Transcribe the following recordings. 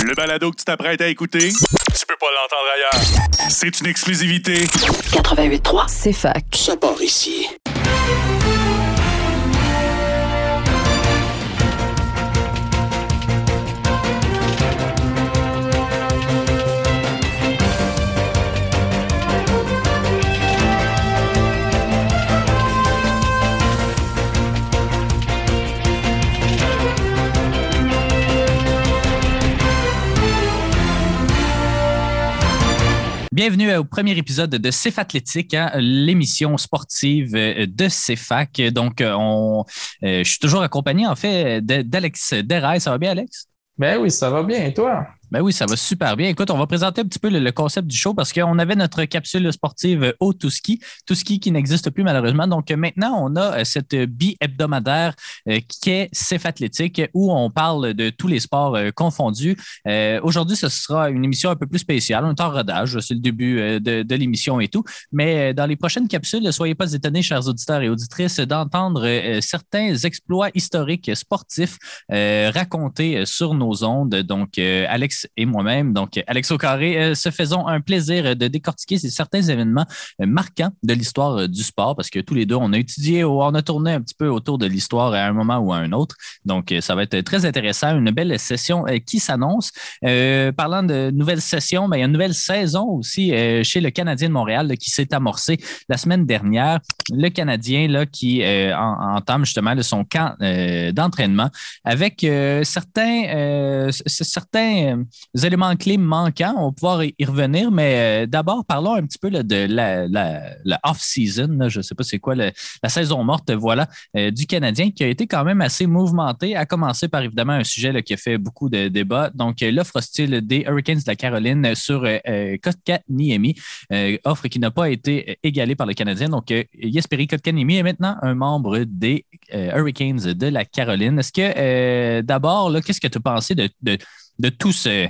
Le balado que tu t'apprêtes à écouter, tu peux pas l'entendre ailleurs. C'est une exclusivité. 88.3, c'est fac. Ça part ici. Bienvenue au premier épisode de CEF Athlétique, l'émission sportive de CEFAC. Donc, je suis toujours accompagné, en fait, d'Alex Deraille. Ça va bien, Alex? Ben oui, ça va bien. Et toi? Ben oui, ça va super bien. Écoute, on va présenter un petit peu le concept du show parce qu'on avait notre capsule sportive au Touski qui n'existe plus malheureusement. Donc maintenant, on a cette bi-hebdomadaire qui est CEF Athlétique où on parle de tous les sports confondus. Aujourd'hui, ce sera une émission un peu plus spéciale. On est en rodage, c'est le début de l'émission et tout. Mais dans les prochaines capsules, ne soyez pas étonnés, chers auditeurs et auditrices, d'entendre certains exploits historiques sportifs racontés sur nos ondes. Donc, Alex et moi-même, donc Alex au carré, se faisons un plaisir de décortiquer certains événements marquants de l'histoire du sport parce que tous les deux, on a étudié ou on a tourné un petit peu autour de l'histoire à un moment ou à un autre. Donc, ça va être très intéressant. Une belle session qui s'annonce. Parlant de nouvelles sessions, il y a une nouvelle saison aussi chez le Canadien de Montréal qui s'est amorcée la semaine dernière. Le Canadien là, qui entame justement son camp d'entraînement avec certains éléments clés manquants. On va pouvoir y revenir, mais d'abord, parlons un petit peu là, de la off-season. Là, je ne sais pas c'est quoi la saison morte voilà, du Canadien qui a été quand même assez mouvementée, à commencer par évidemment un sujet là, qui a fait beaucoup de débats. Donc, l'offre hostile des Hurricanes de la Caroline sur Kotkaniemi, offre qui n'a pas été égalée par le Canadien. Donc, Jesperi Kotkaniemi est maintenant un membre des Hurricanes de la Caroline. Est-ce que d'abord, là, qu'est-ce que tu as pensé de tout ce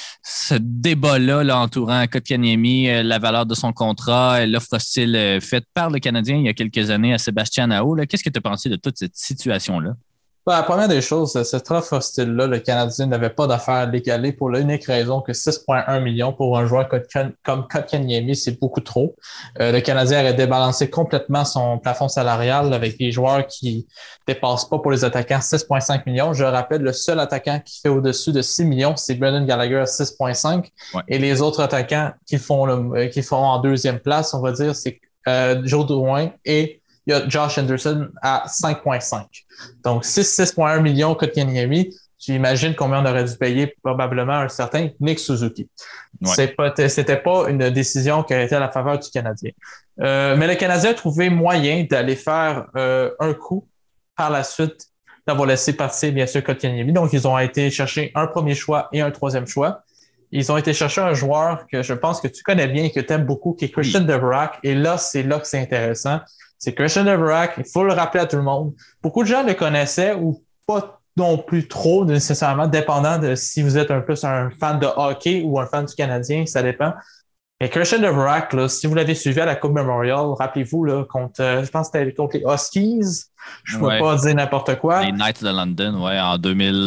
débat-là là, entourant Kotkaniemi, la valeur de son contrat, l'offre hostile faite par le Canadien il y a quelques années à Sébastien Aho? Qu'est-ce que tu as pensé de toute cette situation-là? La première des choses, cette offre hostile-là, le Canadien n'avait pas d'affaire à l'égaler pour l'unique raison que 6,1 millions pour un joueur comme Kotkaniemi, c'est beaucoup trop. Le Canadien aurait débalancé complètement son plafond salarial avec des joueurs qui dépassent pas pour les attaquants 6,5 millions. Je rappelle, le seul attaquant qui fait au-dessus de 6 millions, c'est Brendan Gallagher à 6,5. Ouais. Et les autres attaquants qui font en deuxième place, on va dire, c'est Joe Drouin et il y a Josh Anderson à 5,5. Donc, 6,1 millions Kotkaniemi, tu imagines combien on aurait dû payer probablement un certain Nick Suzuki. Ouais. C'était pas une décision qui a été à la faveur du Canadien. Mais le Canadien a trouvé moyen d'aller faire un coup par la suite d'avoir laissé passer, bien sûr, Kotkaniemi. Donc, ils ont été chercher un premier choix et un troisième choix. Ils ont été chercher un joueur que je pense que tu connais bien et que tu aimes beaucoup, qui est Christian Dvorak. Et là, c'est là que c'est intéressant. C'est Christian Dvorak, il faut le rappeler à tout le monde. Beaucoup de gens le connaissaient ou pas non plus trop nécessairement, dépendant de si vous êtes un peu un fan de hockey ou un fan du Canadien, ça dépend. Mais Christian Dvorak, là, si vous l'avez suivi à la Coupe Memorial, rappelez-vous, là, je pense que c'était contre les Huskies, je ne peux pas dire n'importe quoi. Les Knights de London, en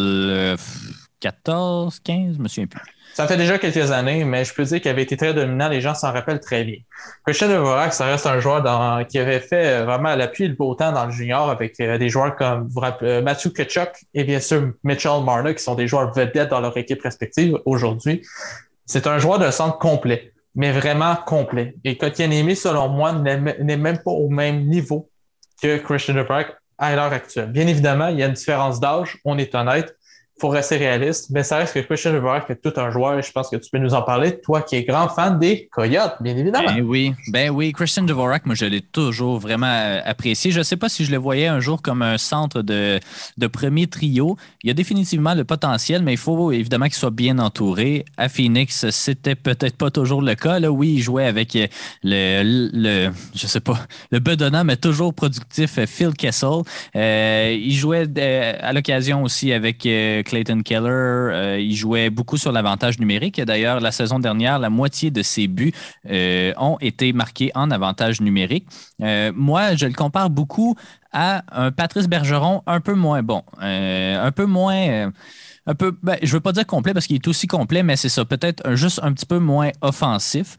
2014, 15, je me souviens plus. Ça fait déjà quelques années, mais je peux dire qu'il avait été très dominant. Les gens s'en rappellent très bien. Christian Dvorak, ça reste un joueur qui avait fait vraiment l'appui et le beau temps dans le junior avec des joueurs comme Matthew Tkachuk et bien sûr Mitchell Marner, qui sont des joueurs vedettes dans leur équipe respective aujourd'hui. C'est un joueur de centre complet, mais vraiment complet. Et Kotkaniemi, selon moi, n'est même pas au même niveau que Christian Dvorak à l'heure actuelle. Bien évidemment, il y a une différence d'âge, on est honnête. Il faut rester réaliste, mais ça reste que Christian Dvorak est tout un joueur et je pense que tu peux nous en parler, toi qui es grand fan des Coyotes, bien évidemment. Ben oui, Christian Dvorak, moi je l'ai toujours vraiment apprécié. Je ne sais pas si je le voyais un jour comme un centre de premier trio. Il y a définitivement le potentiel, mais il faut évidemment qu'il soit bien entouré. À Phoenix, c'était peut-être pas toujours le cas. Là, oui, il jouait avec le bedonnant, mais toujours productif Phil Kessel. Il jouait à l'occasion aussi avec Clayton Keller, il jouait beaucoup sur l'avantage numérique. D'ailleurs, la saison dernière, la moitié de ses buts ont été marqués en avantage numérique. Moi, je le compare beaucoup à un Patrice Bergeron un peu moins bon, un peu moins un peu, je veux pas dire complet parce qu'il est aussi complet, mais c'est ça, peut-être juste un petit peu moins offensif.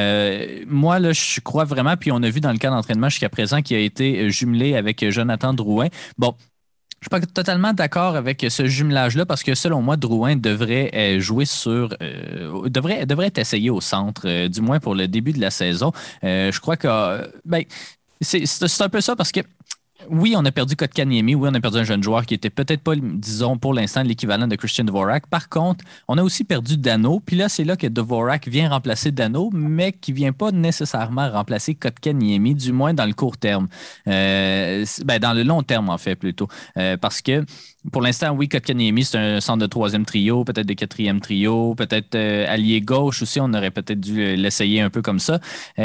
Moi, là, je crois vraiment, puis on a vu dans le cas d'entraînement jusqu'à présent qu'il a été jumelé avec Jonathan Drouin. Bon, je suis pas totalement d'accord avec ce jumelage-là parce que selon moi, Drouin devrait jouer devrait être essayé au centre, du moins pour le début de la saison. Je crois que c'est un peu ça parce que oui, on a perdu Kotkaniemi, oui, on a perdu un jeune joueur qui était peut-être pas, disons, pour l'instant, l'équivalent de Christian Dvorak. Par contre, on a aussi perdu Dano, puis là, c'est là que Dvorak vient remplacer Dano, mais qui vient pas nécessairement remplacer Kotkaniemi, du moins dans le court terme. Dans le long terme, en fait, plutôt. Parce que pour l'instant, oui, Kotkaniemi, c'est un centre de troisième trio, peut-être de quatrième trio, peut-être allié gauche aussi, on aurait peut-être dû l'essayer un peu comme ça.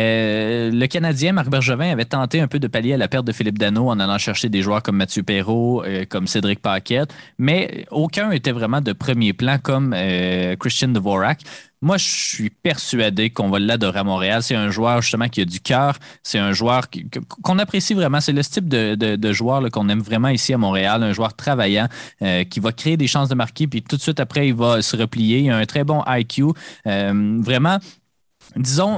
Le Canadien, Marc Bergevin, avait tenté un peu de pallier à la perte de Philippe Dano en allant chercher des joueurs comme Mathieu Perreault, comme Cédric Paquette, mais aucun était vraiment de premier plan comme Christian Dvorak. Moi, je suis persuadé qu'on va l'adorer à Montréal. C'est un joueur, justement, qui a du cœur. C'est un joueur qu'on apprécie vraiment. C'est le type de joueur là, qu'on aime vraiment ici à Montréal. Un joueur travaillant qui va créer des chances de marquer, puis tout de suite après, il va se replier. Il a un très bon IQ. Vraiment, disons,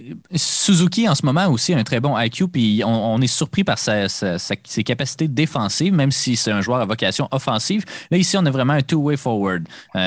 Suzuki en ce moment aussi a un très bon IQ, puis on est surpris par ses capacités défensives, même si c'est un joueur à vocation offensive. Là, ici, on a vraiment un two-way forward.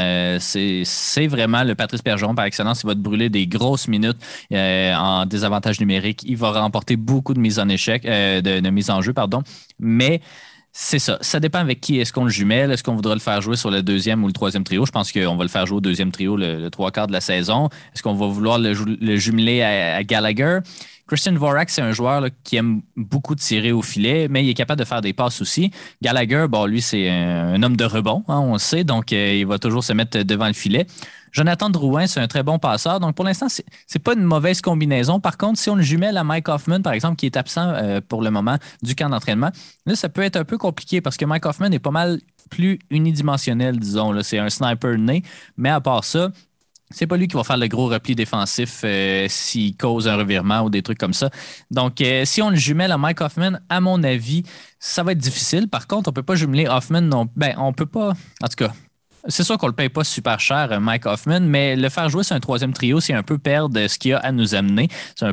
C'est vraiment le Patrice Bergeron par excellence. Il va te brûler des grosses minutes en désavantage numérique. Il va remporter beaucoup de mises en échec, de mises en jeu, pardon. Mais c'est ça. Ça dépend avec qui est-ce qu'on le jumelle. Est-ce qu'on voudra le faire jouer sur le deuxième ou le troisième trio? Je pense qu'on va le faire jouer au deuxième trio le trois quarts de la saison. Est-ce qu'on va vouloir le jumeler à Gallagher? Christian Dvorak, c'est un joueur là, qui aime beaucoup tirer au filet, mais il est capable de faire des passes aussi. Gallagher, lui, c'est un homme de rebond, hein, on le sait, donc il va toujours se mettre devant le filet. Jonathan Drouin, c'est un très bon passeur. Donc, pour l'instant, c'est pas une mauvaise combinaison. Par contre, si on le jumelle à Mike Hoffman, par exemple, qui est absent pour le moment du camp d'entraînement, là, ça peut être un peu compliqué parce que Mike Hoffman est pas mal plus unidimensionnel, disons. Là. C'est un sniper né. Mais à part ça, c'est pas lui qui va faire le gros repli défensif s'il cause un revirement ou des trucs comme ça. Donc, si on le jumelle à Mike Hoffman, à mon avis, ça va être difficile. Par contre, on peut pas jumeler Hoffman. Non, on peut pas. En tout cas, c'est sûr qu'on le paye pas super cher, Mike Hoffman, mais le faire jouer sur un troisième trio, c'est un peu perdre ce qu'il y a à nous amener. C'est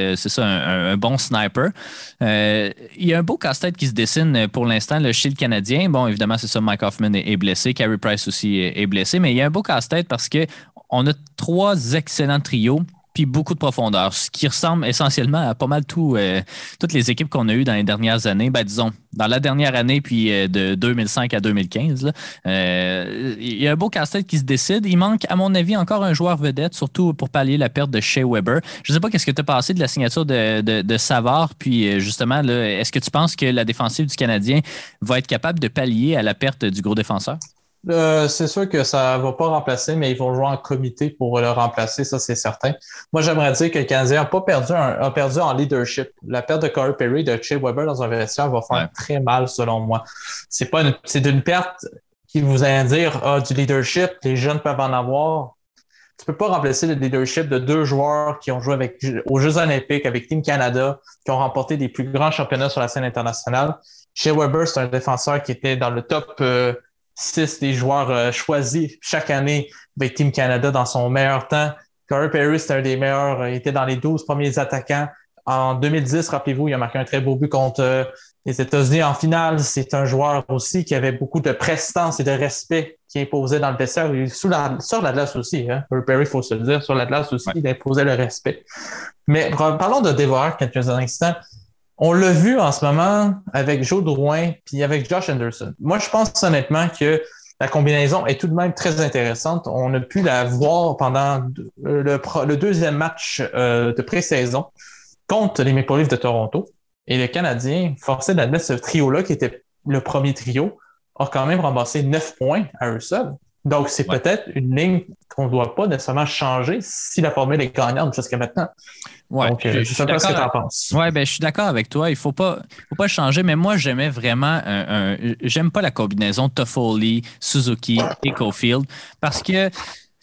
un bon sniper. Il y a un beau casse-tête qui se dessine pour l'instant chez le Canadien. Bon, évidemment, c'est ça, Mike Hoffman est blessé. Carey Price aussi est blessé, mais il y a un beau casse-tête parce qu'on a 3 excellents trios puis beaucoup de profondeur, ce qui ressemble essentiellement à pas mal toutes les équipes qu'on a eues dans les dernières années. Disons, dans la dernière année, puis de 2005 à 2015. Là, il y a un beau casse-tête qui se décide. Il manque, à mon avis, encore un joueur vedette, surtout pour pallier la perte de Shea Weber. Je ne sais pas qu'est-ce que tu as pensé de la signature de Savard, puis justement, là, est-ce que tu penses que la défensive du Canadien va être capable de pallier à la perte du gros défenseur? C'est sûr que ça ne va pas remplacer, mais ils vont jouer en comité pour le remplacer, ça c'est certain. Moi, j'aimerais dire que le Canadien a perdu en leadership. La perte de Corey Perry, de Shea Weber dans un vestiaire va faire très mal, selon moi. C'est une perte qui vous allez dire du leadership, les jeunes peuvent en avoir. Tu peux pas remplacer le leadership de 2 joueurs qui ont joué aux Jeux Olympiques avec Team Canada, qui ont remporté des plus grands championnats sur la scène internationale. Shea Weber, c'est un défenseur qui était dans le top 6 des joueurs choisis chaque année avec Team Canada dans son meilleur temps. Corey Perry, c'est un des meilleurs. Il était dans les 12 premiers attaquants. En 2010, rappelez-vous, il a marqué un très beau but contre les États-Unis en finale. C'est un joueur aussi qui avait beaucoup de prestance et de respect qui imposait dans le vestiaire. Sur la glace aussi. Hein? Corey Perry, il faut se le dire. Sur la glace aussi, il imposait le respect. Mais parlons de Dvorak quelques instants. On l'a vu en ce moment avec Joe Drouin puis avec Josh Anderson. Moi, je pense honnêtement que la combinaison est tout de même très intéressante. On a pu la voir pendant le deuxième match de pré-saison contre les Maple Leafs de Toronto. Et le Canadien, forcé d'admettre ce trio-là, qui était le premier trio, a quand même ramassé 9 points à eux seuls. Donc, c'est peut-être une ligne qu'on ne doit pas nécessairement changer si la formule est gagnante jusqu'à maintenant. Ouais, donc, je sais pas ce que tu en penses. Oui, je suis d'accord avec toi. Il ne faut pas le changer, mais moi, j'aimais vraiment j'aime pas la combinaison Toffoli, Suzuki et Caulfield parce que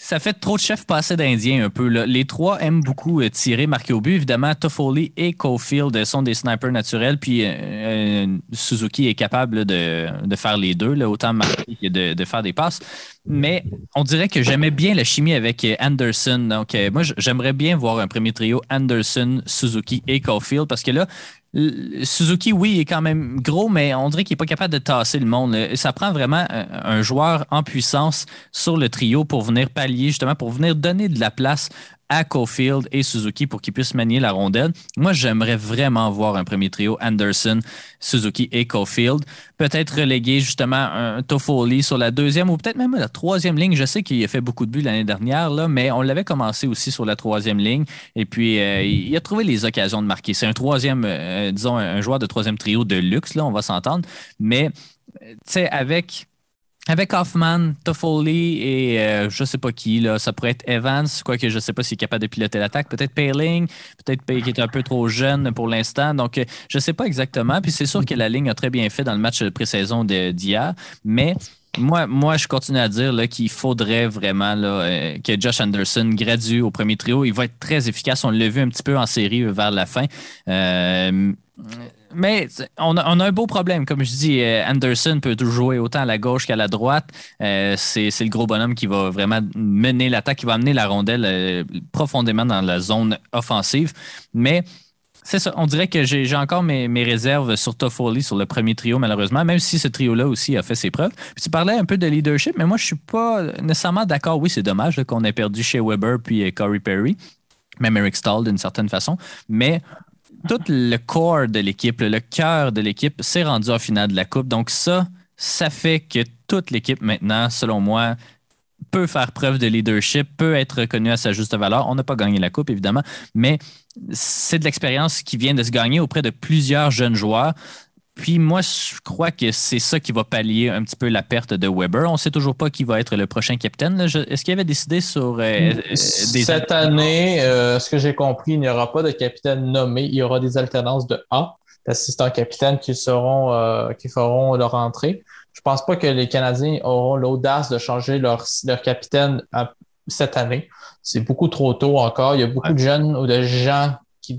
Ça fait trop de chefs passer d'Indiens un peu. Là. Les trois aiment beaucoup tirer, marquer au but. Évidemment, Toffoli et Caulfield sont des snipers naturels. Puis Suzuki est capable là, de faire les deux, là, autant marquer que de faire des passes. Mais on dirait que j'aimais bien la chimie avec Anderson. Donc, moi, j'aimerais bien voir un premier trio Anderson, Suzuki et Caulfield parce que là, Suzuki, oui, il est quand même gros, mais on dirait qu'il n'est pas capable de tasser le monde. Ça prend vraiment un joueur en puissance sur le trio pour venir pallier, justement, pour venir donner de la place à Caulfield et Suzuki pour qu'ils puissent manier la rondelle. Moi, j'aimerais vraiment voir un premier trio Anderson, Suzuki et Caulfield. Peut-être reléguer justement un Toffoli sur la deuxième ou peut-être même la troisième ligne. Je sais qu'il a fait beaucoup de buts l'année dernière, là, mais on l'avait commencé aussi sur la troisième ligne. Et puis, il a trouvé les occasions de marquer. C'est un troisième, disons, un joueur de troisième trio de luxe, là, on va s'entendre. Mais, tu sais, avec Hoffman, Toffoli et je sais pas qui, là, ça pourrait être Evans, quoique je sais pas s'il est capable de piloter l'attaque. Peut-être Paling, peut-être qu'il est un peu trop jeune pour l'instant. Donc, je sais pas exactement. Puis c'est sûr que la ligne a très bien fait dans le match de pré-saison d'hier. Mais moi, je continue à dire là, qu'il faudrait vraiment là, que Josh Anderson gradue au premier trio. Il va être très efficace. On l'a vu un petit peu en série vers la fin. Mais on a un beau problème. Comme je dis, Anderson peut jouer autant à la gauche qu'à la droite. C'est le gros bonhomme qui va vraiment mener l'attaque, qui va amener la rondelle profondément dans la zone offensive. Mais c'est ça. On dirait que j'ai encore mes réserves sur Toffoli, sur le premier trio, malheureusement, même si ce trio-là aussi a fait ses preuves. Puis tu parlais un peu de leadership, mais moi, je suis pas nécessairement d'accord. Oui, c'est dommage là, qu'on ait perdu Shea Weber puis Corey Perry, même Eric Staal d'une certaine façon. Mais tout le corps de l'équipe, le cœur de l'équipe s'est rendu en finale de la Coupe. Donc ça fait que toute l'équipe maintenant, selon moi, peut faire preuve de leadership, peut être reconnue à sa juste valeur. On n'a pas gagné la Coupe, évidemment, mais c'est de l'expérience qui vient de se gagner auprès de plusieurs jeunes joueurs. Puis moi, je crois que c'est ça qui va pallier un petit peu la perte de Weber. On ne sait toujours pas qui va être le prochain capitaine. Est-ce qu'il avait décidé sur Cette année, ce que j'ai compris, il n'y aura pas de capitaine nommé. Il y aura des alternances de A, d'assistants capitaines qui feront leur entrée. Je pense pas que les Canadiens auront l'audace de changer leur capitaine cette année. C'est beaucoup trop tôt encore. Il y a beaucoup de jeunes ou de gens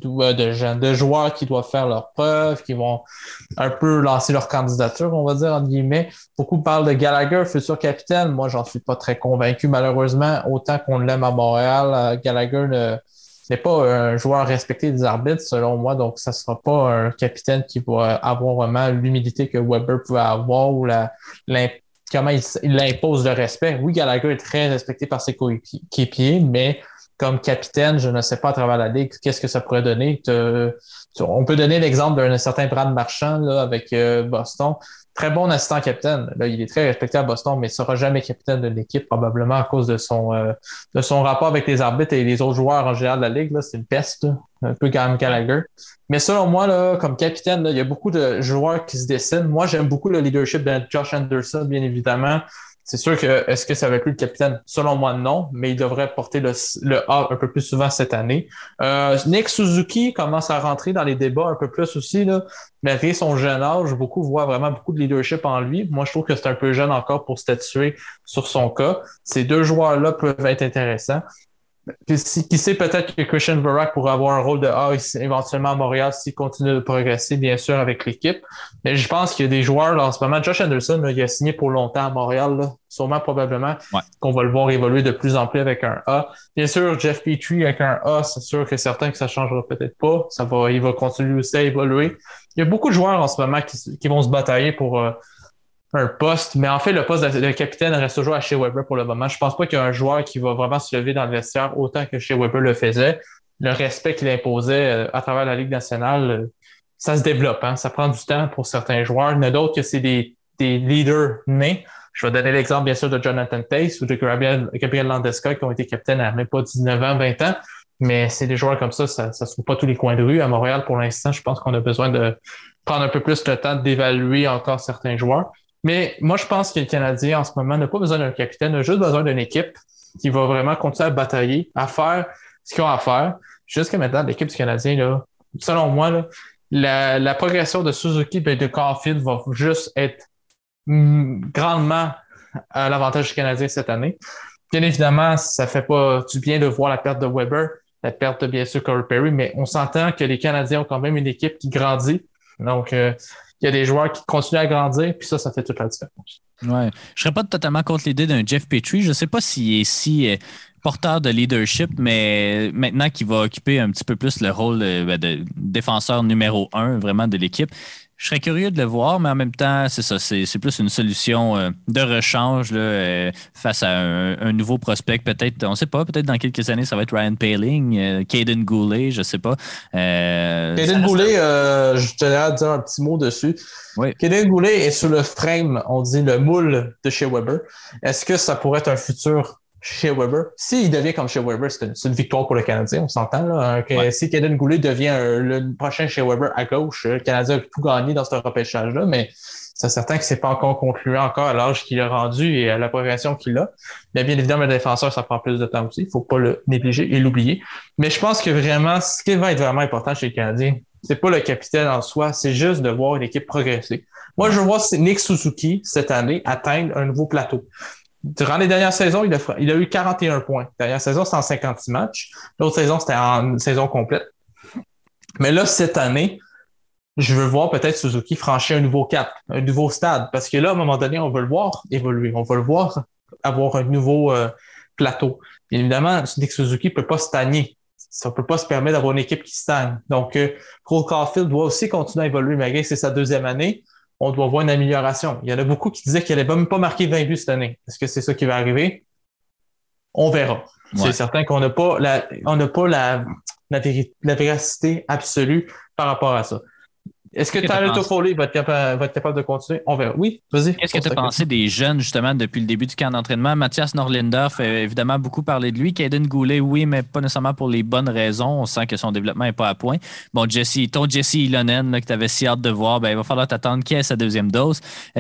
de joueurs qui doivent faire leurs preuves, qui vont un peu lancer leur candidature, on va dire, entre guillemets. Beaucoup parlent de Gallagher, futur capitaine. Moi, j'en suis pas très convaincu, malheureusement. Autant qu'on l'aime à Montréal, Gallagher n'est pas un joueur respecté des arbitres, selon moi. Donc, ça sera pas un capitaine qui va avoir vraiment l'humilité que Weber pouvait avoir ou comment il impose le respect. Oui, Gallagher est très respecté par ses coéquipiers, mais comme capitaine, je ne sais pas à travers la Ligue, qu'est-ce que ça pourrait donner. On peut donner l'exemple d'un certain Brad Marchand là, avec Boston. Très bon assistant capitaine. Là, il est très respecté à Boston, mais il ne sera jamais capitaine de l'équipe, probablement à cause de son rapport avec les arbitres et les autres joueurs en général de la Ligue. Là, c'est une peste, là, un peu comme Gallagher. Mais selon moi, là, comme capitaine, là, il y a beaucoup de joueurs qui se dessinent. Moi, j'aime beaucoup le leadership de Josh Anderson, bien évidemment. C'est sûr que est-ce que ça va être lui le capitaine? Selon moi, non, mais il devrait porter le A un peu plus souvent cette année. Nick Suzuki commence à rentrer dans les débats un peu plus aussi, là. Malgré son jeune âge, beaucoup voient vraiment beaucoup de leadership en lui. Moi, je trouve que c'est un peu jeune encore pour statuer sur son cas. Ces deux joueurs-là peuvent être intéressants. Puis, qui sait, peut-être que Christian Vorak pourrait avoir un rôle de A éventuellement à Montréal s'il continue de progresser, bien sûr, avec l'équipe. Mais je pense qu'il y a des joueurs là, en ce moment. Josh Anderson, là, il a signé pour longtemps à Montréal, là, sûrement, probablement, qu'on va le voir évoluer de plus en plus avec un A. Bien sûr, Jeff Petrie avec un A, c'est sûr que certains que ça changera peut-être pas. Il va continuer aussi à évoluer. Il y a beaucoup de joueurs en ce moment qui vont se batailler pour un poste, mais en fait, le poste de capitaine reste toujours à Shea Weber pour le moment. Je pense pas qu'il y a un joueur qui va vraiment se lever dans le vestiaire autant que Shea Weber le faisait. Le respect qu'il imposait à travers la Ligue nationale, ça se développe. Hein? Ça prend du temps pour certains joueurs. Il y en a d'autres que c'est des leaders nés. Je vais donner l'exemple, bien sûr, de Jonathan Tace ou de Gabriel Landeskog qui ont été capitaines à même pas 19 ans, 20 ans. Mais c'est des joueurs comme ça se trouve pas tous les coins de rue. À Montréal, pour l'instant, je pense qu'on a besoin de prendre un peu plus le temps d'évaluer encore certains joueurs. Mais moi, je pense que le Canadien, en ce moment, n'a pas besoin d'un capitaine, a juste besoin d'une équipe qui va vraiment continuer à batailler, à faire ce qu'ils ont à faire. Jusqu'à maintenant, l'équipe du Canadien, là, selon moi, là, la progression de Suzuki et de Caulfield va juste être grandement à l'avantage du Canadien cette année. Bien évidemment, ça fait pas du bien de voir la perte de Weber, la perte de bien sûr Corey Perry, mais on s'entend que les Canadiens ont quand même une équipe qui grandit. Donc, il y a des joueurs qui continuent à grandir, puis ça fait toute la différence. Ouais. Je serais pas totalement contre l'idée d'un Jeff Petrie. Je sais pas s'il est si porteur de leadership, mais maintenant qu'il va occuper un petit peu plus le rôle de défenseur numéro 1 vraiment de l'équipe, je serais curieux de le voir, mais en même temps, c'est ça, c'est plus une solution de rechange là, face à un nouveau prospect. Peut-être, on ne sait pas, peut-être dans quelques années, ça va être Ryan Poehling, Caden Goulet, je ne sais pas. Caden Goulet, je tenais à dire un petit mot dessus. Oui. Caden Goulet est sur le frame, on dit le moule de chez Weber. Est-ce que ça pourrait être un futur chez Weber? S'il devient comme chez Weber, c'est une victoire pour le Canadien, on s'entend. Là, si Caden Goulet devient le prochain chez Weber à gauche, le Canadien a tout gagné dans ce repêchage-là, mais c'est certain que c'est pas encore concluant encore à l'âge qu'il a rendu et à la progression qu'il a. Mais bien évidemment, le défenseur, ça prend plus de temps aussi. Il faut pas le négliger et l'oublier. Mais je pense que vraiment, ce qui va être vraiment important chez les Canadiens, c'est pas le capitaine en soi, c'est juste de voir une équipe progresser. Moi, je vois Nick Suzuki, cette année, atteindre un nouveau plateau. Durant les dernières saisons, il a eu 41 points. La dernière saison, c'était en 56 matchs. L'autre saison, c'était en saison complète. Mais là, cette année, je veux voir peut-être Suzuki franchir un nouveau cap, un nouveau stade. Parce que là, à un moment donné, on veut le voir évoluer. On veut le voir avoir un nouveau plateau. Bien évidemment, Nick Suzuki ne peut pas stagner. Ça ne peut pas se permettre d'avoir une équipe qui stagne. Donc, Cole Caulfield doit aussi continuer à évoluer, malgré que c'est sa deuxième année. On doit voir une amélioration. Il y en a beaucoup qui disaient qu'il n'allait même pas marquer 20 buts cette année. Est-ce que c'est ça qui va arriver? On verra. Ouais. C'est certain qu'on n'a pas la véracité absolue par rapport à ça. Est-ce que Tyler Toffoli va être capable de continuer? On verra. Oui, vas-y. Qu'est-ce que tu as pensé des jeunes, justement, depuis le début du camp d'entraînement? Mathias Norlinder fait évidemment beaucoup parler de lui. Caden Goulet, oui, mais pas nécessairement pour les bonnes raisons. On sent que son développement n'est pas à point. Bon, Jesse Ilonen, là, que tu avais si hâte de voir, ben, il va falloir t'attendre qu'il ait sa deuxième dose.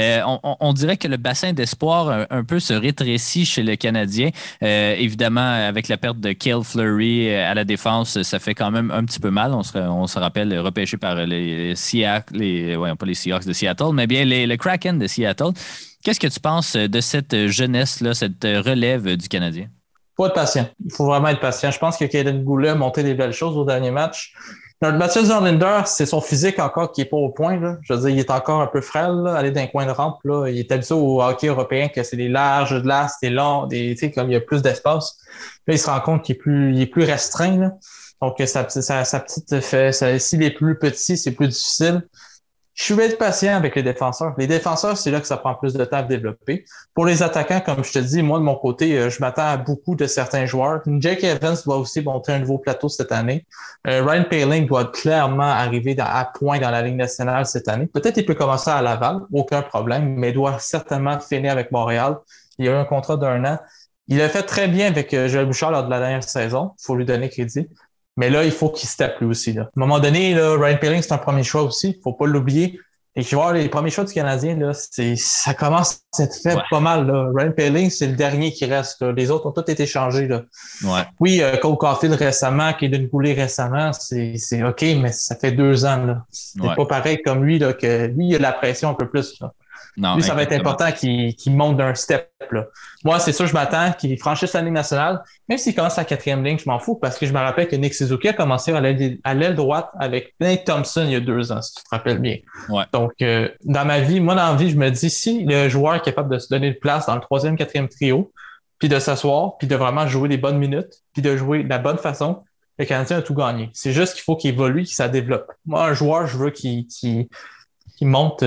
On dirait que le bassin d'espoir un peu se rétrécit chez le Canadien. Évidemment, avec la perte de Cale Fleury à la défense, ça fait quand même un petit peu mal. On se rappelle, repêché par les pas les Seahawks de Seattle, mais bien le Kraken de Seattle. Qu'est-ce que tu penses de cette jeunesse-là, cette relève du Canadien? Il faut être patient. Il faut vraiment être patient. Je pense que Caden Goulet a monté des belles choses au dernier match. Mathias Norlinder, c'est son physique encore qui n'est pas au point. Là. Je veux dire, il est encore un peu frêle, là, aller d'un coin de rampe. Là. Il est habitué au hockey européen que c'est des larges glaces, des longs, comme il y a plus d'espace. Là, il se rend compte qu'il est plus restreint. Là. Donc, sa petite s'il est plus petit, c'est plus difficile. Je suis bien patient avec les défenseurs. Les défenseurs, c'est là que ça prend plus de temps à développer. Pour les attaquants, comme je te dis, moi, de mon côté, je m'attends à beaucoup de certains joueurs. Jake Evans doit aussi monter un nouveau plateau cette année. Ryan Poehling doit clairement arriver à point dans la Ligue nationale cette année. Peut-être qu'il peut commencer à Laval, aucun problème, mais il doit certainement finir avec Montréal. Il a eu un contrat d'1 an. Il a fait très bien avec Joël Bouchard lors de la dernière saison. Il faut lui donner crédit. Mais là, il faut qu'il se tape lui aussi. Là. À un moment donné, là, Ryan Poehling, c'est un premier choix aussi. Il ne faut pas l'oublier. Et tu vois, les premiers choix du Canadien, là, ça commence à être fait pas mal. Là. Ryan Poehling, c'est le dernier qui reste. Là. Les autres ont tous été changés. Là. Ouais. Oui, Cole Caulfield récemment, Caden Goulet récemment, c'est OK, mais ça fait 2 ans. Là. C'est pas pareil comme lui, là, que lui, il a la pression un peu plus. Là. Non, lui, ça va être important qu'il monte d'un step. Là. Moi, c'est sûr, je m'attends qu'il franchisse la Ligue nationale. Même s'il commence à la 4e ligne, je m'en fous parce que je me rappelle que Nick Suzuki a commencé à l'aile droite avec Nate Thompson il y a 2 ans, si tu te rappelles bien. Ouais. Donc, dans ma vie, je me dis, si le joueur est capable de se donner de place dans le 3e, 4e trio, puis de s'asseoir, puis de vraiment jouer les bonnes minutes, puis de jouer de la bonne façon, le Canadien a tout gagné. C'est juste qu'il faut qu'il évolue, qu'il ça développe. Moi, un joueur, je veux qu'il monte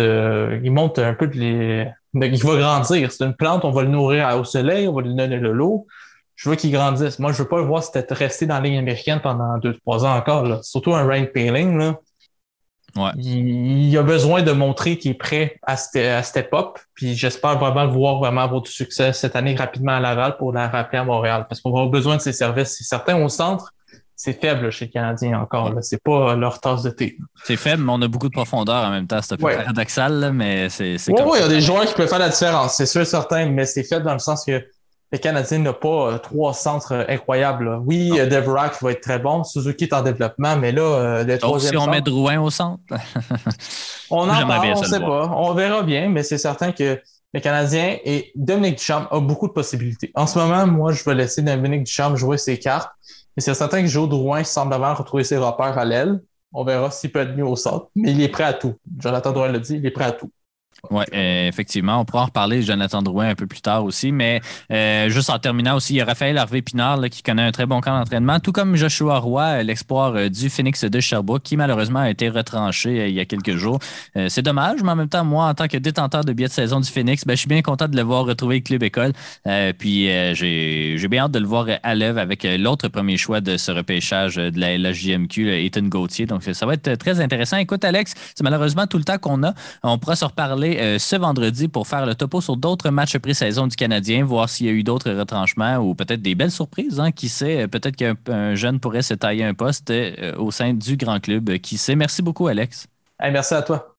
un peu il va grandir. C'est une plante, on va le nourrir au soleil, on va lui donner de l'eau. Je veux qu'il grandisse. Moi, je veux pas le voir rester dans la Ligue américaine pendant 2-3 ans encore. Là. Surtout un Ryan Poehling. Là. Ouais. Il a besoin de montrer qu'il est prêt à step up. Puis j'espère vraiment le voir vraiment avoir du succès cette année rapidement à Laval pour la rappeler à Montréal. Parce qu'on va avoir besoin de ses services. C'est certain, au centre, c'est faible chez les Canadiens encore. Là. C'est pas leur tasse de thé. C'est faible, mais on a beaucoup de profondeur en même temps. C'est un peu paradoxal, là, mais c'est comme il y a des joueurs qui peuvent faire la différence. C'est sûr et certain, mais c'est faible dans le sens que les Canadiens n'ont pas 3 centres incroyables. Là. Oui, Dvorak va être très bon. Suzuki est en développement, mais là, le troisième si on centre, met Drouin au centre? on en parle, on ne sait pas. On verra bien, mais c'est certain que le Canadien et Dominique Ducharme a beaucoup de possibilités. En ce moment, moi, je vais laisser Dominique Ducharme jouer ses cartes. Et c'est certain que Joe Drouin semble avoir retrouvé ses repères à l'aile. On verra s'il peut être mieux au centre, mais il est prêt à tout. Jonathan Drouin l'a dit, il est prêt à tout. Oui, effectivement. On pourra en reparler, Jonathan Drouin, un peu plus tard aussi. Mais juste en terminant aussi, il y a Raphaël Harvey-Pinard là, qui connaît un très bon camp d'entraînement, tout comme Joshua Roy, l'espoir du Phoenix de Sherbrooke, qui malheureusement a été retranché il y a quelques jours. C'est dommage, mais en même temps, moi, en tant que détenteur de billets de saison du Phoenix, je suis bien content de le voir retrouver le club école. Puis j'ai bien hâte de le voir à l'œuvre avec l'autre premier choix de ce repêchage de la LHJMQ, Ethan Gauthier. Donc ça va être très intéressant. Écoute, Alex, c'est malheureusement tout le temps qu'on a. On pourra se reparler ce vendredi pour faire le topo sur d'autres matchs pré-saison du Canadien, voir s'il y a eu d'autres retranchements ou peut-être des belles surprises. Hein, qui sait, peut-être qu'un jeune pourrait se tailler un poste au sein du grand club. Qui sait. Merci beaucoup, Alex. Hey, merci à toi.